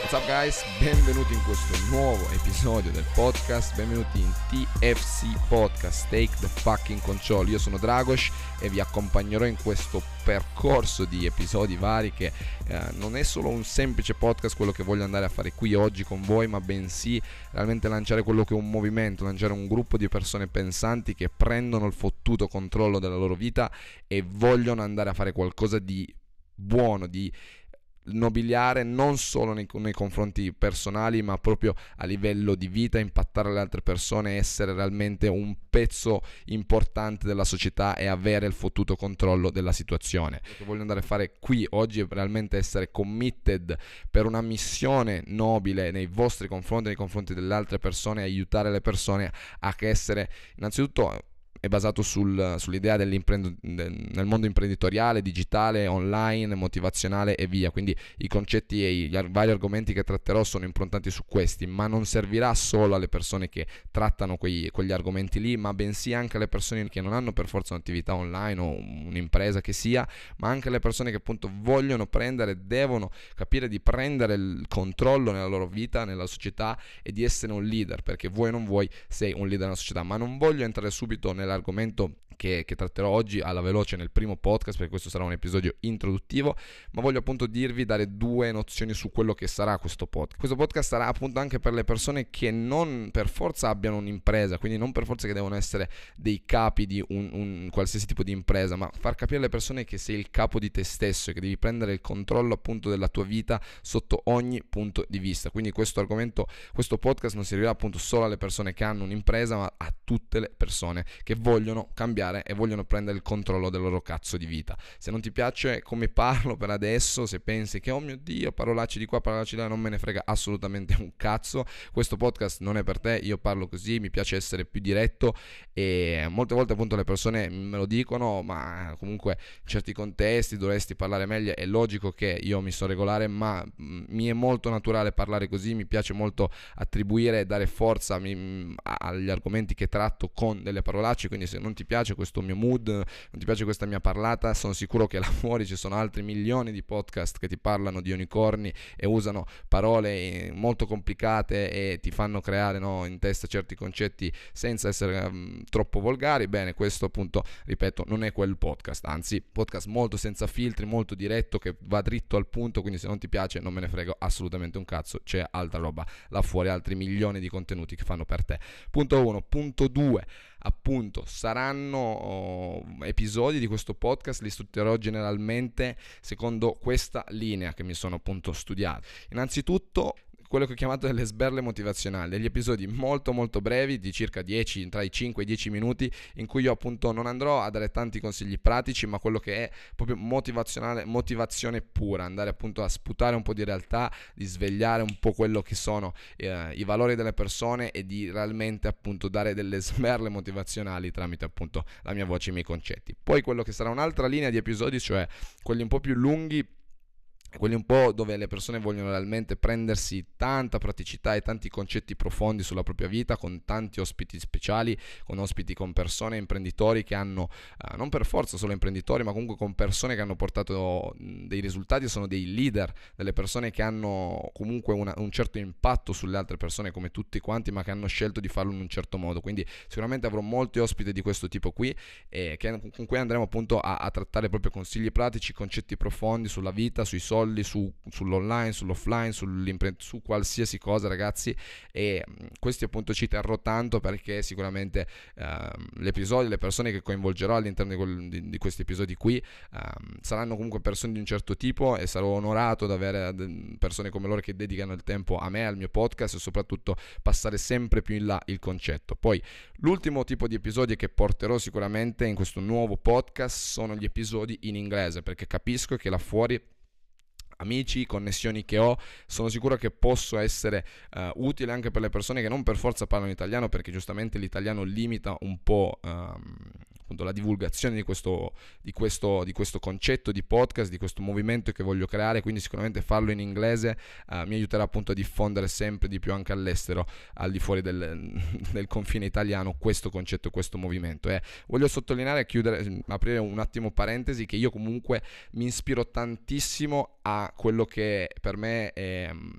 What's up guys? Benvenuti in questo nuovo episodio del podcast, benvenuti in TFC Podcast, Take the Fucking Control. Io sono Dragos e vi accompagnerò in questo percorso di episodi vari che non è solo un semplice podcast quello che voglio andare a fare qui oggi con voi, ma bensì realmente lanciare quello che è un movimento, lanciare un gruppo di persone pensanti che prendono il fottuto controllo della loro vita e vogliono andare a fare qualcosa di buono, di nobiliare non solo nei confronti personali, ma proprio a livello di vita, impattare le altre persone, essere realmente un pezzo importante della società e avere il fottuto controllo della situazione. Quello che voglio andare a fare qui oggi è realmente essere committed per una missione nobile nei vostri confronti, nei confronti delle altre persone, aiutare le persone a essere innanzitutto è basato sull'idea nel mondo imprenditoriale, digitale, online, motivazionale e via. Quindi i concetti e i vari argomenti che tratterò sono improntati su questi, ma non servirà solo alle persone che trattano quegli argomenti lì, ma bensì anche alle persone che non hanno per forza un'attività online o un'impresa che sia, ma anche alle persone che appunto vogliono prendere, devono capire di prendere il controllo nella loro vita, nella società e di essere un leader, perché vuoi o non vuoi sei un leader nella società. Ma non voglio entrare subito nell'argomento che tratterò oggi alla veloce nel primo podcast, perché questo sarà un episodio introduttivo, ma voglio appunto dare due nozioni su quello che sarà questo podcast. Questo podcast sarà appunto anche per le persone che non per forza abbiano un'impresa, quindi non per forza che devono essere dei capi di un qualsiasi tipo di impresa, ma far capire alle persone che sei il capo di te stesso e che devi prendere il controllo appunto della tua vita sotto ogni punto di vista. Quindi questo podcast non servirà appunto solo alle persone che hanno un'impresa, ma a tutte le persone che vogliono cambiare e vogliono prendere il controllo del loro cazzo di vita. Se non ti piace come parlo per adesso, se pensi che oh mio Dio, parolacce di qua, parolacce di là, non me ne frega assolutamente un cazzo, questo podcast non è per te. Io parlo così, mi piace essere più diretto e molte volte appunto le persone me lo dicono, ma comunque in certi contesti dovresti parlare meglio. È logico che io mi so regolare, ma mi è molto naturale parlare così, mi piace molto attribuire e dare forza agli argomenti che tratto con delle parolacce. Quindi se non ti piace questo mio mood, non ti piace questa mia parlata, sono sicuro che là fuori ci sono altri milioni di podcast che ti parlano di unicorni e usano parole molto complicate e ti fanno creare in testa certi concetti senza essere troppo volgari. Bene, questo appunto, ripeto, non è quel podcast, anzi podcast molto senza filtri, molto diretto, che va dritto al punto. Quindi se non ti piace non me ne frego assolutamente un cazzo, c'è altra roba là fuori, altri milioni di contenuti che fanno per te. Punto 1. Punto 2, appunto saranno episodi di questo podcast, li strutturerò generalmente secondo questa linea che mi sono appunto studiato. Innanzitutto quello che ho chiamato delle sberle motivazionali, degli episodi molto molto brevi di circa 10, tra i 5 e i 10 minuti, in cui io appunto non andrò a dare tanti consigli pratici, ma quello che è proprio motivazione pura, andare appunto a sputare un po' di realtà, di svegliare un po' quello che sono i valori delle persone e di realmente appunto dare delle sberle motivazionali tramite appunto la mia voce e i miei concetti. Poi quello che sarà un'altra linea di episodi, cioè quelli un po' più lunghi, quelli un po' dove le persone vogliono realmente prendersi tanta praticità e tanti concetti profondi sulla propria vita, con tanti ospiti speciali, con persone, imprenditori che hanno, non per forza solo imprenditori, ma comunque con persone che hanno portato dei risultati, sono dei leader, delle persone che hanno comunque un certo impatto sulle altre persone come tutti quanti, ma che hanno scelto di farlo in un certo modo. Quindi sicuramente avrò molti ospiti di questo tipo qui, con cui andremo appunto a trattare proprio consigli pratici, concetti profondi sulla vita, sui soldi, sull'online, sull'offline, su qualsiasi cosa, ragazzi. E questi appunto ci terrò tanto, perché sicuramente le persone che coinvolgerò all'interno di questi episodi qui saranno comunque persone di un certo tipo, e sarò onorato ad avere persone come loro che dedicano il tempo a me, al mio podcast, e soprattutto passare sempre più in là il concetto. Poi l'ultimo tipo di episodi che porterò sicuramente in questo nuovo podcast sono gli episodi in inglese, perché capisco che là fuori amici, connessioni che ho, sono sicuro che posso essere utile anche per le persone che non per forza parlano italiano, perché giustamente l'italiano limita un po' appunto la divulgazione di questo concetto di podcast, di questo movimento che voglio creare. Quindi sicuramente farlo in inglese mi aiuterà appunto a diffondere sempre di più anche all'estero, al di fuori del confine italiano, questo concetto, questo movimento. Voglio sottolineare e aprire un attimo parentesi, che io comunque mi ispiro tantissimo a quello che per me è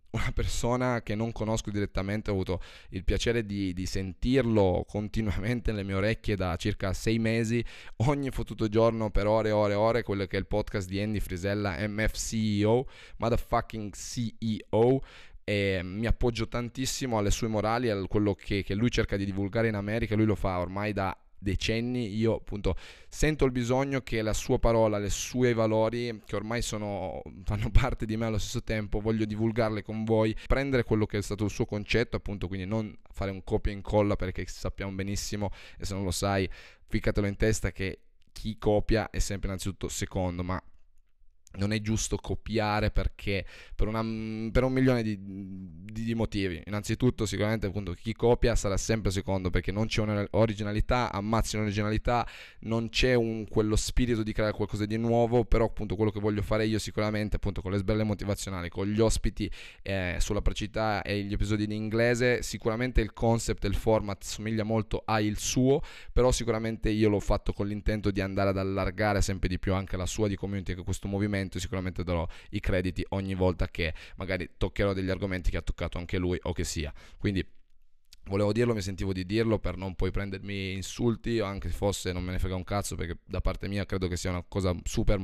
una persona che non conosco direttamente, ho avuto il piacere di sentirlo continuamente nelle mie orecchie da circa 6 mesi, ogni fottuto giorno per ore e ore e ore, quello che è il podcast di Andy Frisella, MFCEO, Motherfucking CEO, e mi appoggio tantissimo alle sue morali, a quello che lui cerca di divulgare in America. Lui lo fa ormai da decenni. Io appunto sento il bisogno che la sua parola, i suoi valori, che ormai fanno parte di me allo stesso tempo, voglio divulgarle con voi, prendere quello che è stato il suo concetto, appunto, quindi non fare un copia e incolla, perché sappiamo benissimo, e se non lo sai ficcatelo in testa, che chi copia è sempre innanzitutto secondo, ma non è giusto copiare perché per un milione di motivi. Innanzitutto, sicuramente appunto chi copia sarà sempre secondo, perché non c'è un'originalità, ammazzi un'originalità, non c'è quello spirito di creare qualcosa di nuovo. Però appunto quello che voglio fare io sicuramente, appunto con le sberle motivazionali, con gli ospiti sulla praticità e gli episodi in inglese, sicuramente il concept e il format somiglia molto al suo, però sicuramente io l'ho fatto con l'intento di andare ad allargare sempre di più anche la sua di community, che questo movimento. Sicuramente darò i crediti ogni volta che magari toccherò degli argomenti che ha toccato anche lui o che sia. Quindi volevo dirlo, mi sentivo di dirlo per non poi prendermi insulti, o anche se fosse non me ne frega un cazzo, perché da parte mia credo che sia una cosa super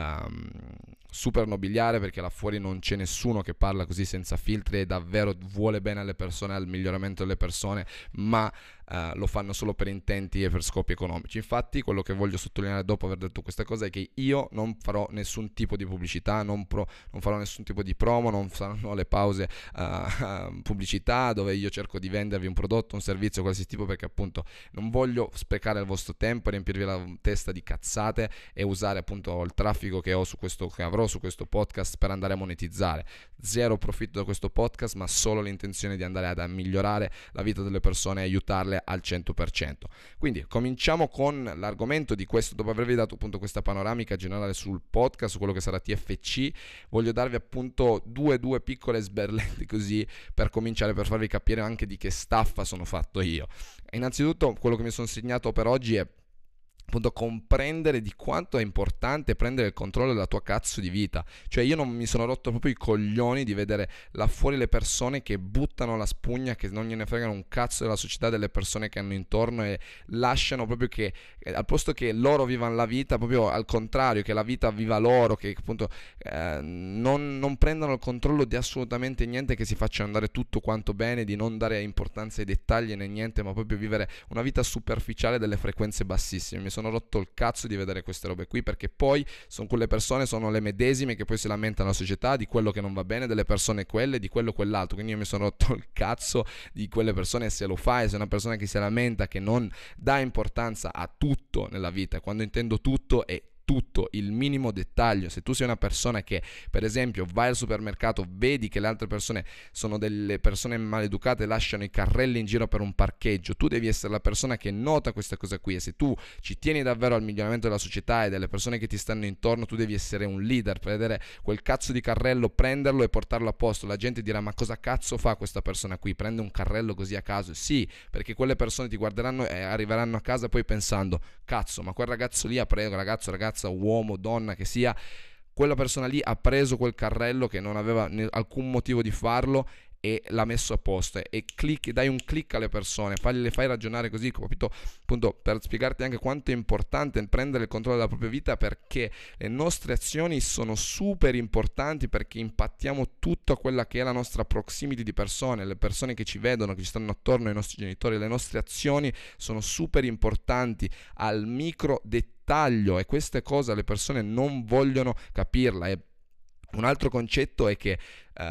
nobiliare, perché là fuori non c'è nessuno che parla così senza filtri e davvero vuole bene alle persone, al miglioramento delle persone, ma lo fanno solo per intenti e per scopi economici. Infatti quello che voglio sottolineare dopo aver detto questa cosa è che io non farò nessun tipo di pubblicità, non farò nessun tipo di promo, non saranno le pause pubblicità dove io cerco di vendervi un prodotto, un servizio, qualsiasi tipo, perché appunto non voglio sprecare il vostro tempo, riempirvi la testa di cazzate e usare appunto il traffico che avrò su questo podcast per andare a monetizzare. Zero profitto da questo podcast, ma solo l'intenzione di andare a migliorare la vita delle persone e aiutarle al 100%. Quindi cominciamo con l'argomento di questo. Dopo avervi dato appunto questa panoramica generale sul podcast, su quello che sarà TFC, voglio darvi appunto due piccole sberlette così per cominciare, per farvi capire anche di che staffa sono fatto io. Innanzitutto quello che mi sono segnato per oggi è appunto comprendere di quanto è importante prendere il controllo della tua cazzo di vita. Cioè io non mi sono rotto proprio i coglioni di vedere là fuori le persone che buttano la spugna, che non gliene fregano un cazzo della società, delle persone che hanno intorno, e lasciano proprio che al posto che loro vivano la vita, proprio al contrario, che la vita viva loro, che appunto non prendano il controllo di assolutamente niente, che si facciano andare tutto quanto bene, di non dare importanza ai dettagli né niente, ma proprio vivere una vita superficiale delle frequenze bassissime. Mi sono rotto il cazzo di vedere queste robe qui, perché poi quelle persone sono le medesime che poi si lamentano alla società di quello che non va bene, delle persone quelle, di quello quell'altro. Quindi io mi sono rotto il cazzo di quelle persone. Se lo fai, se è una persona che si lamenta, che non dà importanza a tutto nella vita, quando intendo tutto è tutto, il minimo dettaglio. Se tu sei una persona che per esempio vai al supermercato, vedi che le altre persone sono delle persone maleducate, lasciano i carrelli in giro per un parcheggio, tu devi essere la persona che nota questa cosa qui, e se tu ci tieni davvero al miglioramento della società e delle persone che ti stanno intorno, tu devi essere un leader per vedere quel cazzo di carrello, prenderlo e portarlo a posto. La gente dirà: ma cosa cazzo fa questa persona qui? Prende un carrello così a caso? Sì, perché quelle persone ti guarderanno e arriveranno a casa poi pensando: cazzo, ma quel ragazzo lì ha preso, ragazza, uomo, donna che sia, quella persona lì ha preso quel carrello che non aveva alcun motivo di farlo e l'ha messo a posto. E dai un click alle persone, le fai ragionare così, capito? Appunto, per spiegarti anche quanto è importante prendere il controllo della propria vita, perché le nostre azioni sono super importanti, perché impattiamo tutta quella che è la nostra proximity di persone, le persone che ci vedono, che ci stanno attorno, ai nostri genitori. Le nostre azioni sono super importanti al micro dettaglio, e queste cose le persone non vogliono capirla. E un altro concetto è che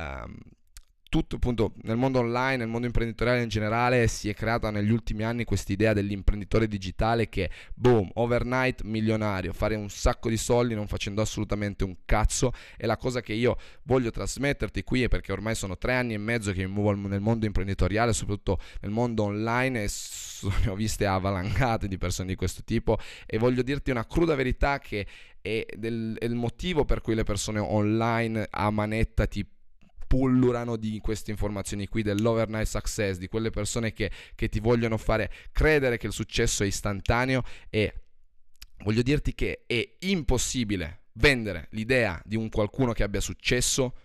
tutto appunto nel mondo online, nel mondo imprenditoriale in generale, si è creata negli ultimi anni questa idea dell'imprenditore digitale che boom, overnight milionario, fare un sacco di soldi non facendo assolutamente un cazzo. E la cosa che io voglio trasmetterti qui è, perché ormai sono 3 anni e mezzo che mi muovo nel mondo imprenditoriale, soprattutto nel mondo online, e ne ho viste avalangate di persone di questo tipo, e voglio dirti una cruda verità, che è il motivo per cui le persone online a manetta ti pullulano di queste informazioni qui, dell'overnight success, di quelle persone che ti vogliono fare credere che il successo è istantaneo. E voglio dirti che è impossibile vendere l'idea di un qualcuno che abbia successo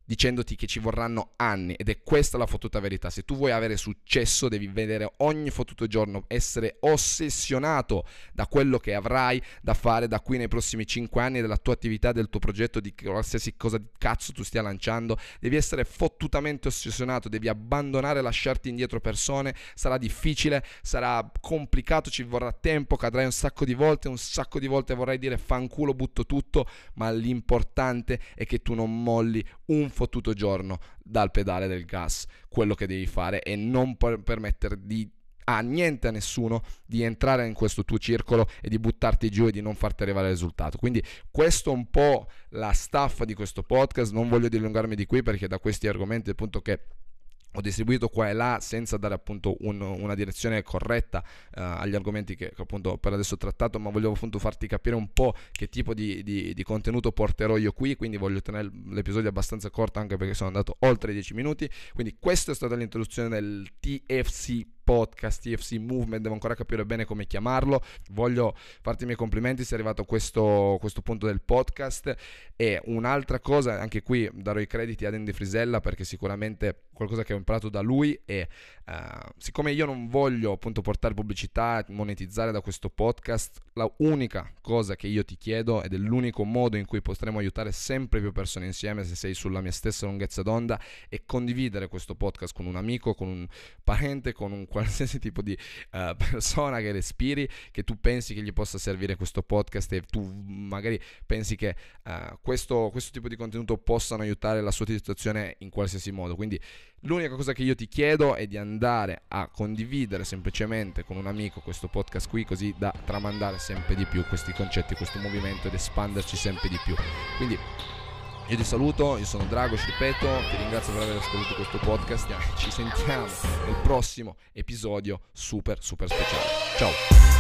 dicendoti che ci vorranno anni, ed è questa la fottuta verità. Se tu vuoi avere successo devi vedere ogni fottuto giorno, essere ossessionato da quello che avrai da fare da qui nei prossimi 5 anni, della tua attività, del tuo progetto, di qualsiasi cosa di cazzo tu stia lanciando. Devi essere fottutamente ossessionato, devi abbandonare, lasciarti indietro persone. Sarà difficile, sarà complicato, ci vorrà tempo, cadrai un sacco di volte vorrai dire fanculo, butto tutto, ma l'importante è che tu non molli un fottuto giorno dal pedale del gas. Quello che devi fare è non permettere a nessuno di entrare in questo tuo circolo e di buttarti giù e di non farti arrivare al risultato. Quindi questo è un po' la staffa di questo podcast. Non voglio dilungarmi di qui, perché da questi argomenti appunto che ho distribuito qua e là senza dare appunto una direzione corretta agli argomenti che appunto per adesso ho trattato, ma volevo appunto farti capire un po' che tipo di contenuto porterò io qui, quindi voglio tenere l'episodio abbastanza corto, anche perché sono andato oltre i 10 minuti. Quindi questa è stata l'introduzione del TFC Podcast, TFC Movement, devo ancora capire bene come chiamarlo. Voglio farti i miei complimenti, sei arrivato a questo punto del podcast. E un'altra cosa, anche qui darò i crediti ad Andy Frisella, perché sicuramente qualcosa che ho imparato da lui è siccome io non voglio appunto portare pubblicità, monetizzare da questo podcast, la unica cosa che io ti chiedo, ed è l'unico modo in cui potremo aiutare sempre più persone insieme, se sei sulla mia stessa lunghezza d'onda, è condividere questo podcast con un amico, con un parente, con un qualsiasi tipo di persona che respiri, che tu pensi che gli possa servire questo podcast, e tu magari pensi che questo tipo di contenuto possano aiutare la sua situazione in qualsiasi modo. Quindi l'unica cosa che io ti chiedo è di andare a condividere semplicemente con un amico questo podcast qui, così da tramandare sempre di più questi concetti, questo movimento, ed espanderci sempre di più. Quindi io ti saluto, io sono Dragos, ripeto, ti ringrazio per aver ascoltato questo podcast, ci sentiamo nel prossimo episodio super speciale. Ciao!